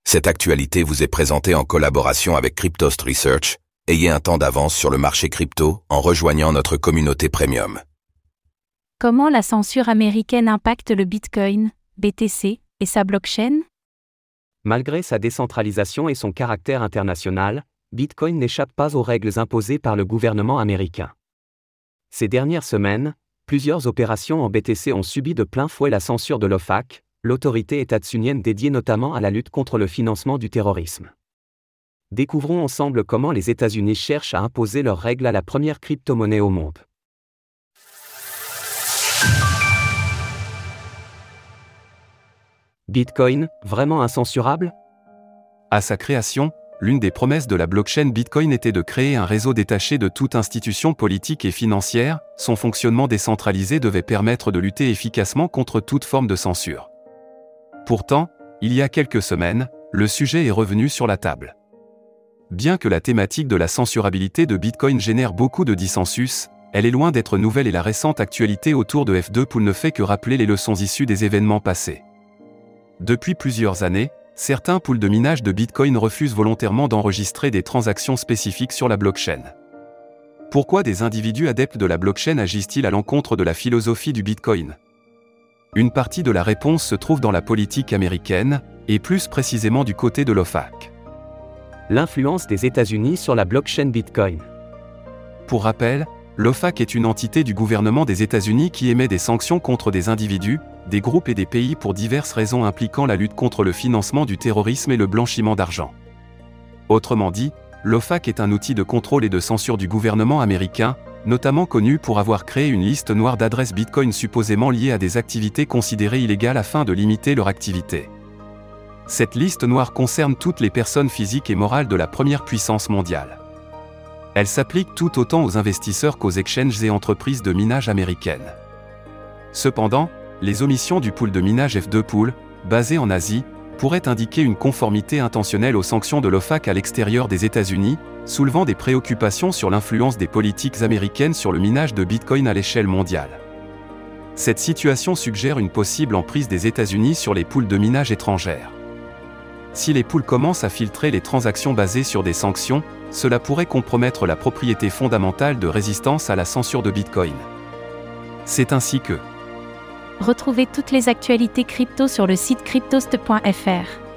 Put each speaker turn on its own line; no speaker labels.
Cette actualité vous est présentée en collaboration avec Cryptost Research. Ayez un temps d'avance sur le marché crypto en rejoignant notre communauté premium.
Comment la censure américaine impacte le Bitcoin, BTC, et sa blockchain ?
Malgré sa décentralisation et son caractère international, Bitcoin n'échappe pas aux règles imposées par le gouvernement américain. Ces dernières semaines, plusieurs opérations en BTC ont subi de plein fouet la censure de l'OFAC, l'autorité états-unienne dédiée notamment à la lutte contre le financement du terrorisme. Découvrons ensemble comment les États-Unis cherchent à imposer leurs règles à la première crypto-monnaie au monde. Bitcoin, vraiment incensurable ?
À sa création, l'une des promesses de la blockchain Bitcoin était de créer un réseau détaché de toute institution politique et financière. Son fonctionnement décentralisé devait permettre de lutter efficacement contre toute forme de censure. Pourtant, il y a quelques semaines, le sujet est revenu sur la table. Bien que la thématique de la censurabilité de Bitcoin génère beaucoup de dissensus, elle est loin d'être nouvelle et la récente actualité autour de F2 Pool ne fait que rappeler les leçons issues des événements passés. Depuis plusieurs années, certains pools de minage de Bitcoin refusent volontairement d'enregistrer des transactions spécifiques sur la blockchain. Pourquoi des individus adeptes de la blockchain agissent-ils à l'encontre de la philosophie du Bitcoin ? Une partie de la réponse se trouve dans la politique américaine, et plus précisément du côté de l'OFAC.
L'influence des États-Unis sur la blockchain Bitcoin.
Pour rappel, l'OFAC est une entité du gouvernement des États-Unis qui émet des sanctions contre des individus, des groupes et des pays pour diverses raisons impliquant la lutte contre le financement du terrorisme et le blanchiment d'argent. Autrement dit, l'OFAC est un outil de contrôle et de censure du gouvernement américain, notamment connu pour avoir créé une liste noire d'adresses Bitcoin supposément liées à des activités considérées illégales afin de limiter leur activité. Cette liste noire concerne toutes les personnes physiques et morales de la première puissance mondiale. Elle s'applique tout autant aux investisseurs qu'aux exchanges et entreprises de minage américaines. Cependant, les omissions du pool de minage F2 Pool, basé en Asie, pourraient indiquer une conformité intentionnelle aux sanctions de l'OFAC à l'extérieur des États-Unis, soulevant des préoccupations sur l'influence des politiques américaines sur le minage de Bitcoin à l'échelle mondiale. Cette situation suggère une possible emprise des États-Unis sur les pools de minage étrangères. Si les pools commencent à filtrer les transactions basées sur des sanctions, cela pourrait compromettre la propriété fondamentale de résistance à la censure de Bitcoin. C'est ainsi que
Retrouvez toutes les actualités crypto sur le site cryptost.fr.